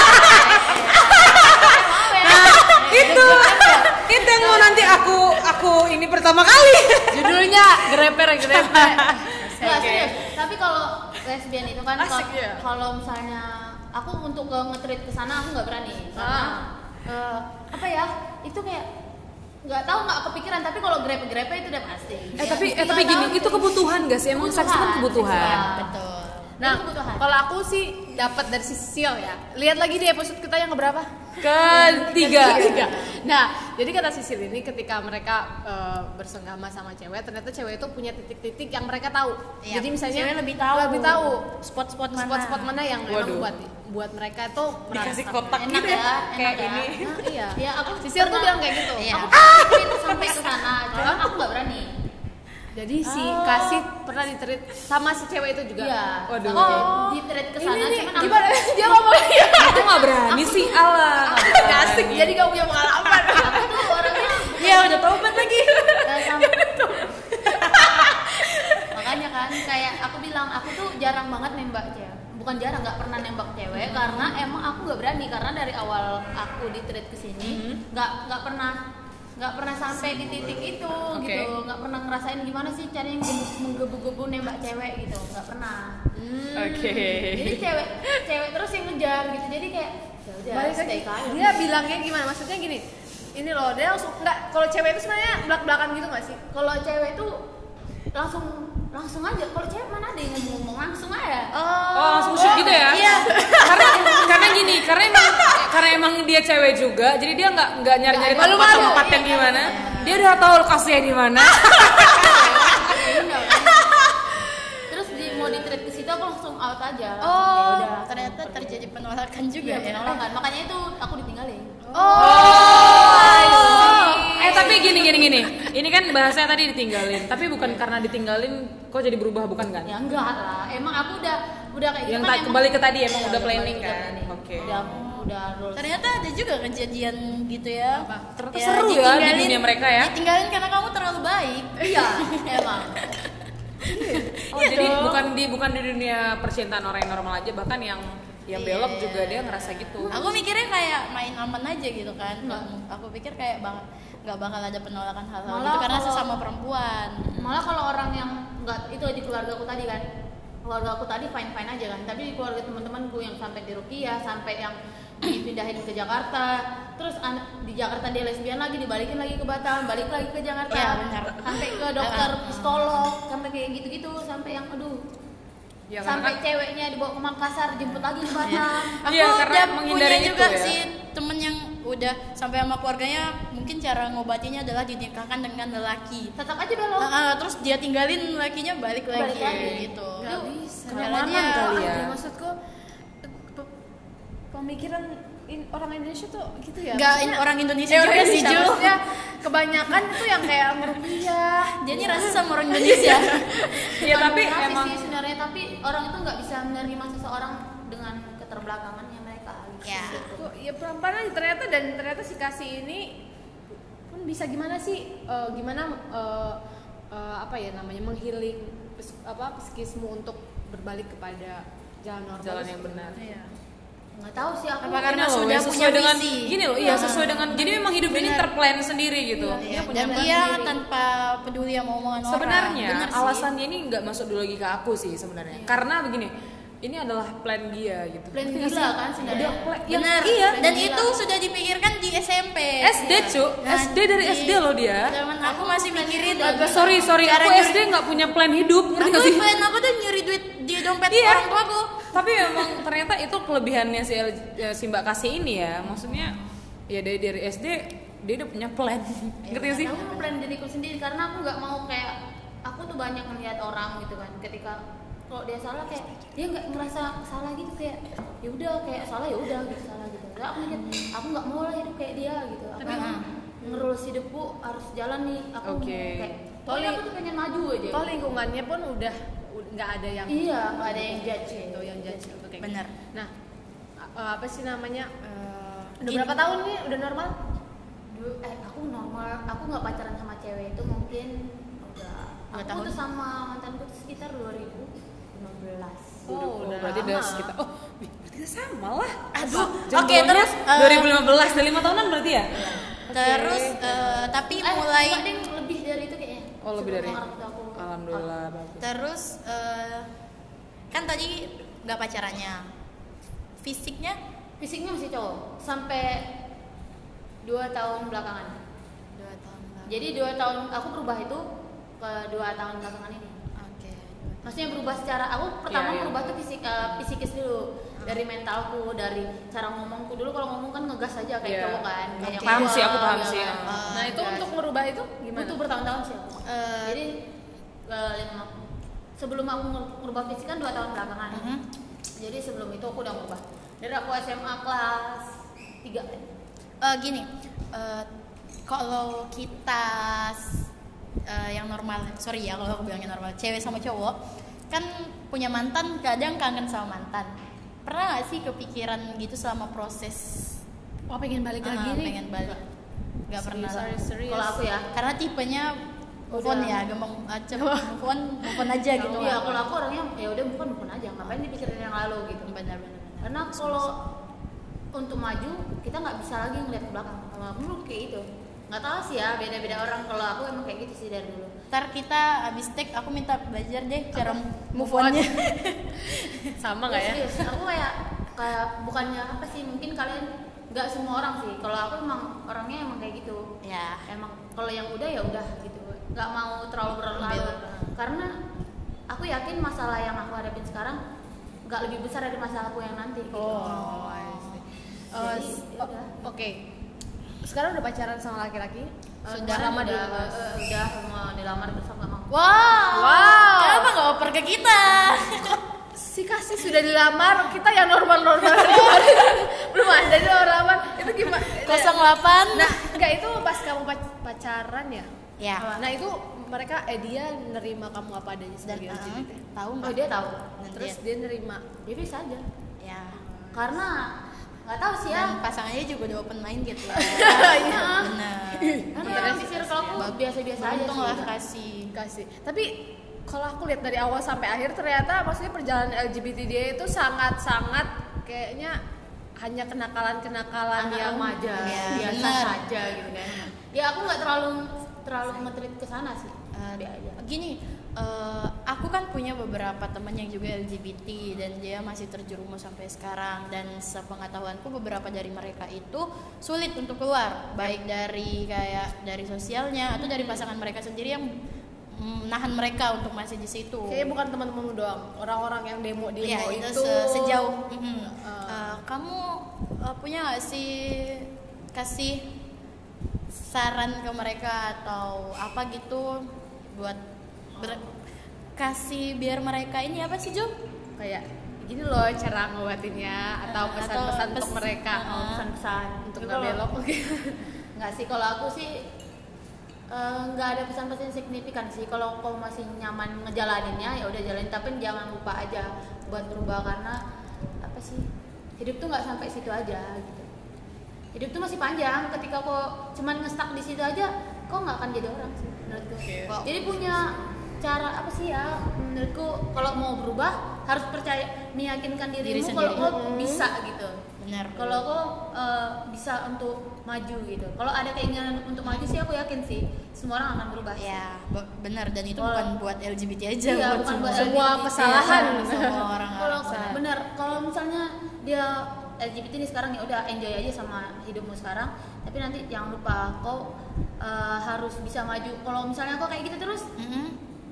itu itu yang mau nanti aku aku ini pertama kali. judulnya greper greper. Nggak serius. Tapi kalau lesbian itu kan Asik kalau- ya. kalau misalnya aku untuk ke nge-treat ke sana aku nggak berani karena Ah. eh, apa ya itu kayak nggak tahu nggak kepikiran tapi kalau grab grab itu udah pasti. Eh Ya, tapi eh nggak tapi gini, tahu itu kebutuhan gak sih? Emang seks itu kan kebutuhan. Betul. Nah, Itu kebutuhan. kalau aku sih dapat dari si Sisil ya. Lihat lagi di episode kita yang keberapa? Ketiga. Ketiga. Nah, jadi kata Sisil ini ketika mereka eh, bersenggama sama cewek, ternyata cewek itu punya titik-titik yang mereka tahu. Iya, Jadi misalnya cewek lebih tahu. lebih tahu Spot-spot mana. spot-spot mana yang memang Waduh. buat buat mereka itu Dikasih merasa- kotak enak gitu ya, ya, kayak enak ya. ini. Nah, iya. Ya aku Sisil tuh pernah- bilang kayak gitu. Iya. Aku pernah sampai ke sana, cuman aku nggak berani. Jadi si Oh. kasih pernah diterit sama si cewek itu juga. Iya. Waduh. Oh, di treat ke sana Ini nih, cuman aku- gimana dia ngomongnya? Aku nggak berani sih, Allah. Gak asik, jadi gak punya pengalaman. aku tuh orangnya Iya, udah taubat lagi. nggak sama. Makanya kan kayak aku bilang aku tuh jarang banget nembak cewek. Bukan jarang, nggak pernah nembak cewek karena emang aku nggak berani karena dari awal aku di treat kesini nggak nggak pernah nggak pernah sampai di titik itu Oke. gitu, nggak pernah ngerasain gimana sih caranya menggebu-gebu nembak cewek gitu, nggak pernah. Oke. Jadi cewek cewek terus yang ngejar gitu, jadi kayak ya udah Balik stay lagi, calm. dia bilangnya gimana? Maksudnya gini, ini loh, dia langsung nggak. Kalau cewek itu sebenarnya belak-belakan gitu nggak sih? Kalau cewek tuh langsung langsung aja, kalau cewek mana ada yang ngomong langsung aja. Oh, langsung shoot gitu ya? Iya. karena karena gini, karena emang karena emang dia cewek juga, jadi dia nggak nggak nyari nyari Nggak, tempat malu-malu, tempat iya, yang iya. gimana. Dia udah tahu lokasinya di mana. Ya udah kan. Terus di mau di treat ke situ aku langsung out aja. Langsung, Oh, ya udah, ternyata langsung terjadi penolakan juga Iya, ya. penolakan. Makanya itu aku ditinggalin. Oh. Eh tapi gini gini gini. Ini kan bahasanya tadi ditinggalin, tapi bukan karena ditinggalin kok jadi berubah, bukan kan? Ya enggak lah. Emang aku udah udah kayak Yang gitu ta- kan. kembali ke tadi, emang Iya, udah kembali planning ke kan? planning. Oke. Udah udah rules. Ternyata ada juga kejadian gitu ya. Ternyata seru ya di dunia mereka ya. Ditinggalin karena kamu terlalu baik. Iya, emang. Oh, jadi bukan di bukan di dunia percintaan orang yang normal aja, bahkan yang yang belok juga dia ngerasa gitu. Aku mikirnya kayak main aman aja gitu kan. Nggak, aku pikir kayak bang nggak bakal ada penolakan hal-hal Malah gitu karena kalau- sesama perempuan. Malah kalau orang yang enggak itu di keluarga aku tadi kan. Keluarga aku tadi fine fine aja kan. Tapi di keluarga teman-temanku yang sampai di Rukiah, sampai yang dipindahin ke Jakarta, terus an- di Jakarta dia lesbian lagi, dibalikin lagi ke Batam, balik lagi ke Jakarta, Iya, benar. sampai ke dokter psikolog, sampai kayak gitu-gitu, sampai yang aduh, Ya, karena sampai kan- ceweknya dibawa ke Makassar, jemput lagi ke Batam. Aku Iya, karena udah menghindari punya itu juga ya. sih temen yang udah sampai sama keluarganya mungkin cara ngobatinya adalah dinikahkan dengan lelaki. Tetap aja belok. Ah, ah, terus dia tinggalin lelakinya balik lagi, Balik lagi. gitu. Nggak bisa. Caranya Kenyamanan kali ya. Ada, maksudku pemikiran in, orang Indonesia tuh gitu ya. Nggak Maksudnya- orang Indonesia eh, juga orang sih, Indonesia, Ju. maksudnya kebanyakan itu yang kayak ngerupiah. Jadi rasa sama orang Indonesia. Ya tapi Rasis emang sih sebenarnya, tapi orang itu nggak bisa menerima seseorang dengan keterbelakangannya mereka gitu. Ya. Tuh, ya pelan-pelan aja ternyata, dan ternyata si Kasih ini pun bisa gimana sih eh, gimana eh, eh, apa ya namanya menghealing pes- apa psikismu untuk berbalik kepada jalan normal. jalan yang benar. Iya. Nggak tahu sih aku. Apa karena Ini loh, sudah yang punya sesuai dengan visi. gini loh, iya sesuai dengan jadi memang hidup ini terplan sendiri gitu. Iya, Iya, punya dan plan dia sendiri. tanpa peduli sama omongan orang. Sebenarnya Bener sih. alasannya ini nggak masuk dulu lagi ke aku sih sebenarnya. Karena begini, ini adalah plan dia gitu. Plan Ngerti nggak gila sih? kan sebenarnya. Udah plan, yang Bener. iya. Dan Gila. itu sudah dipikirkan di S M P. S D cu, Nah, S D dari di- S D loh dia. Zaman aku masih mikirin. Agak sorry sorry, cara aku nyuri- S D nggak punya plan hidup, ngerti Aku nggak sih? plan aku tuh nyuri duit di dompet Iya. orang tuaku. Tapi memang ternyata itu kelebihannya si, L- ya, si Mbak Kasih ini ya. Maksudnya ya dari dari S D dia udah punya plan, ngerti nggak sih? Aku mau plan diriku sendiri karena aku nggak mau kayak aku tuh banyak melihat orang gitu kan, ketika kalau dia salah kayak dia nggak ngerasa salah gitu, kayak ya udah kayak salah ya udah gitu salah gitu. Nah, aku mikir aku nggak mau lah hidup kayak dia gitu. Aku Tapi- emang ngerulus hidupku harus jalan nih. Aku mau Oke. kayak pokoknya aku tuh pengen maju aja. Toh lingkungannya pun udah udah nggak ada yang Iya, nggak ada yang judge gitu, yang judge untuk kayak Bener. gitu. Nah, a- apa sih namanya? eh, udah Gini. berapa tahun nih? Udah normal? Dulu eh aku normal, aku nggak pacaran sama cewek itu mungkin udah Dua aku tahun? tuh sama mantanku tuh sekitar dua ribu lima belas. Oh, Oh, udah berarti lama. udah sekitar oh wih, berarti kita sama lah. Aduh, Jumlahnya oke, terus, eh, dua ribu lima belas dan lima tahunan berarti ya? Terus eh, tapi Eh, mulai enggak, ding, lebih dari itu kayaknya. Oh, lebih Sebelum dari- orang tua aku. Alhamdulillah bagus. terus eh, kan tadi nggak pacarannya. Fisiknya Fisiknya masih cowok sampai dua tahun belakangan. dua tahun lalu. Jadi dua tahun aku berubah itu ke dua tahun belakangan ini. Oke. Maksudnya berubah secara aku pertama Iya, iya. berubah tuh fisik eh, psikis dulu, dari mentalku, dari cara ngomongku. Dulu kalau ngomong kan ngegas aja kayak Iya. cowok kan, kayak Oke. Paham sih, aku wah, paham ya sih. kan. Ah, Nah, itu Gas. untuk merubah itu gimana? Butuh bertahun-tahun sih aku. Eh, Jadi eh, lima sebelum aku nge- ngerubah fisik kan dua tahun belakangan. Mhm. Jadi sebelum itu aku udah ngubah. Dari aku S M A kelas tiga. eh, gini, eh, kalau kita s- eh, yang normal, sorry ya kalau aku bilangnya normal, cewek sama cowok kan punya mantan, kadang kangen sama mantan. Pernah gak sih kepikiran gitu selama proses Oh, pengen balik ah, lagi nih. pengen balik? Gak pernah. Serius, serius. Kalau aku ya, Karena tipenya move on Udah. ya, gampang uh, cepet move on, move on aja gitu. iya kalau aku orangnya ya udah bukan bukan aja, ngapain dipikirin yang lalu gitu. Benar benar. benar. Karena kalau untuk maju kita nggak bisa lagi ngeliat ke belakang. Kalau aku dulu kayak gitu. Nggak tahu sih ya, beda-beda orang. Kalau aku emang kayak gitu sih dari dulu. Ntar kita abis take aku minta belajar deh cara move on-nya. Sama nggak ya? Serius, aku kayak kayak bukannya apa sih, mungkin kalian nggak semua orang sih. Kalau aku emang orangnya emang kayak gitu. Ya. Emang kalau yang udah ya udah gitu. Nggak mau terlalu berlarut-larut. Karena aku yakin masalah yang aku hadapin sekarang nggak lebih besar dari masalah aku yang nanti. Gitu. Oh, I see. Eh, Jadi, s- ya oh, udah. Oke. Sekarang udah pacaran sama laki-laki? Eh, Sudah lama udah, di eh, udah mau dilamar terus sama mau. Wow. Wow. Kenapa nggak oper ke kita? Si Kasih sudah dilamar, kita yang normal-normal. Belum ada di normal. Itu gimana? nol delapan. Nah, enggak, itu pas kamu pac- pacaran ya? Ya. Nah, itu mereka eh dia nerima kamu apa adanya Dan sebagai uh, L G B T? tahu Oh nggak? dia tahu. Terus dia nerima. Dia bisa aja. Ya. Karena nggak tahu sih Dan ya. pasangannya juga udah open mind gitu. Iya. Benar. Karena orang di circle aku biasa-biasa aja Untung sih. lah kasih. Kasih. Tapi kalau aku lihat dari awal sampai akhir ternyata maksudnya perjalanan L G B T dia itu sangat-sangat kayaknya hanya kenakalan-kenakalan Anak yang remaja Iya, biasa benar. saja gitu kan. Ya aku nggak terlalu terlalu nge-treat ke sana sih. Eh, Dia aja. gini, eh, aku kan punya beberapa teman yang juga L G B T dan dia masih terjerumus sampai sekarang, dan sepengetahuanku beberapa dari mereka itu sulit untuk keluar, baik dari kayak dari sosialnya atau dari pasangan mereka sendiri yang mm, nahan mereka untuk masih di situ. kayaknya bukan teman-temanmu doang, orang-orang yang demo-demo Iya, itu, itu se- sejauh mhm. Uh. Eh, kamu eh, punya nggak sih kasih saran ke mereka atau apa gitu buat ber- kasih biar mereka ini apa sih Jo? kayak gini loh cara ngobatinnya atau pesan-pesan Atau untuk pes- mereka uh, Oh, pesan-pesan untuk Tapi nggak kalau- belok oke. Nggak sih, kalau aku sih eh, nggak ada pesan-pesan signifikan sih. Kalau kau masih nyaman ngejalaninnya ya udah jalanin, tapi jangan lupa aja buat berubah, karena apa sih, hidup tuh nggak sampai situ aja gitu. Hidup tuh masih panjang. Ketika kau cuman ngestak di situ aja, kau nggak akan jadi orang sih menurutku. Oke. Jadi punya cara apa sih ya, menurutku kalau mau berubah harus percaya, meyakinkan Diri dirimu kalau sendiri. kau bisa gitu. Benar. Kalau kau eh, bisa untuk maju gitu. Kalau ada keinginan untuk maju sih, aku yakin sih semua orang akan berubah. Ya, be- benar, dan itu Kalau- bukan buat L G B T aja, Iya, buat bukan semua. buat Semua L G B T. kesalahan. Iya, semua orang. Kalau kesalahan. benar, kalau misalnya dia L G B T ini sekarang ya udah enjoy aja sama hidupmu sekarang, tapi nanti jangan lupa kau eh, harus bisa maju. Kalau misalnya kau kayak gitu terus, Mm-mm.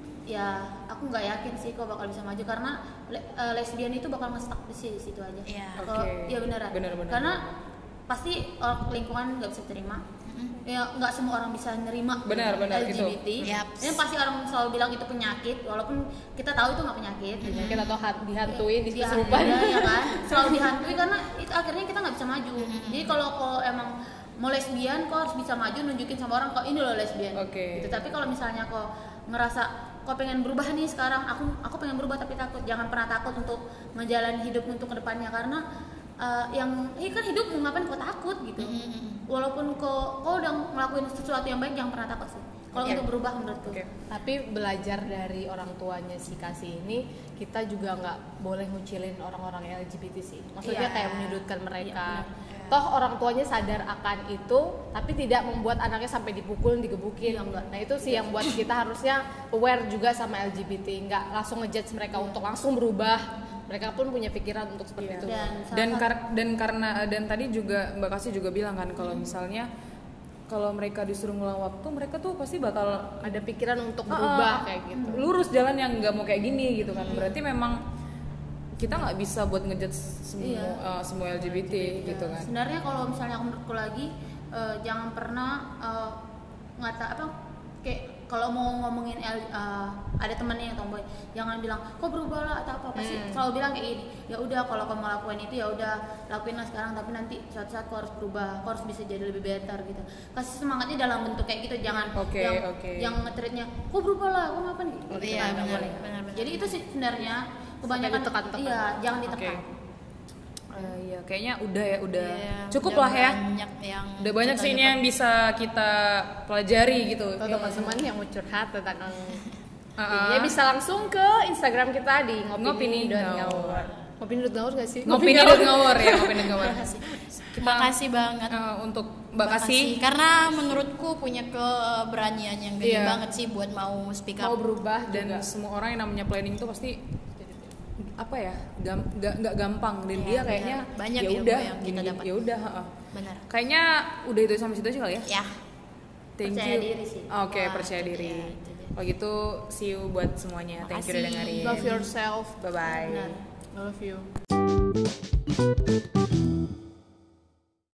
ya aku nggak yakin sih kau bakal bisa maju, karena le- eh, lesbian itu bakal nge-stuck di si- situ aja. Iya. Kalau Oke. ya beneran. Benar-benar. Karena pasti orang lingkungan nggak bisa terima. Ya nggak semua orang bisa nerima Benar-benar, L G B T. itu. Yaps. Ini pasti orang selalu bilang itu penyakit, walaupun kita tahu itu nggak penyakit. Penyakit atau ha- dihantui di Iya, kesurupan. iya, iya kan, selalu dihantui karena itu akhirnya kita nggak bisa maju. Jadi kalau kalau emang mau lesbian, kok harus bisa maju, nunjukin sama orang kok ini loh lesbian. Oke. Gitu. Tapi kalau misalnya kok ngerasa kok pengen berubah nih sekarang, aku aku pengen berubah tapi takut, jangan pernah takut untuk ngejalanin hidup untuk kedepannya, karena eh, yang ini kan hidupmu, ngapain kau takut gitu. Walaupun kau kau udah ngelakuin sesuatu yang baik, jangan pernah takut sih. Kalau Oke. untuk berubah menurutku. Oke. Tapi belajar dari orang tuanya si Kasih ini, kita juga nggak boleh ngucilin orang-orang L G B T sih. Maksudnya Iya. kayak menyudutkan mereka. Iya, Toh orang tuanya sadar akan itu, tapi tidak membuat anaknya sampai dipukul, digebukin. Iya, enggak. Nah itu sih yang buat kita harusnya aware juga sama L G B T, nggak langsung ngejudge mereka untuk langsung berubah. Mereka pun punya pikiran untuk seperti Iya. itu. Dan salah dan satu- kar- dan karena dan tadi juga Mbak Kasih juga bilang kan kalau misalnya kalau mereka disuruh ngulang waktu, mereka tuh pasti bakal Ada pikiran untuk Ah, berubah ah, kayak gitu. lurus jalan yang nggak mau kayak gini gitu kan. Berarti memang kita nggak bisa buat ngejudge semua Iya. eh, semua L G B T gitu kan. Sebenarnya kalau misalnya aku menurutku lagi eh, jangan pernah eh, ngata apa kayak kalau mau ngomongin L, eh, ada temennya yang tomboy, jangan bilang kok berubah lah atau apa, pasti Hmm. selalu bilang kayak gini, ya udah kalau kamu lakuin itu ya udah lakuin lah sekarang, tapi nanti suatu saat kau harus berubah, kau harus bisa jadi lebih better gitu. Kasih semangatnya dalam bentuk kayak gitu, jangan Oke, yang oke. yang nge-treatnya kok berubah lah, kok ngapain gitu. Iya, kan, nggak benar, boleh. benar, benar. Jadi itu sih sebenarnya kebanyakan ditekan-tekan. iya, jangan Oke. ditekan. Eh, iya, kayaknya udah ya, udah Iya, cukup udah lah ya. Banyak yang Udah banyak kita sih ini dapat. yang bisa kita pelajari gitu. Atau teman-teman yang mau curhat tentang Uh-uh. ya bisa langsung ke Instagram kita di Ngopini ngopini dot Ngawur. ngawur. Ngopini dot ngawur gak sih? Ngopini dot ngawur ya, ngopini dot ngawur. Terima kasih banget. Eh, untuk Mbak Kasih. Karena menurutku punya keberanian yang gede Iya. banget sih buat mau speak up. Mau berubah Dan juga. semua orang yang namanya planning itu pasti apa ya, gam, gak, gak gampang dan Iya, dia kayaknya benar. Banyak ya ilmu udah yang kita gini, dapat. ya udah heeh. Benar. Kayaknya udah itu sampai situ aja kali ya. Ya. Thank Percaya you. diri sih. Oke, Wah, percaya itu diri. dia, itu dia. Kalau gitu see you buat semuanya. Thank you udah Makasih. dengerin. Love yourself. Bye bye. Benar. I love you.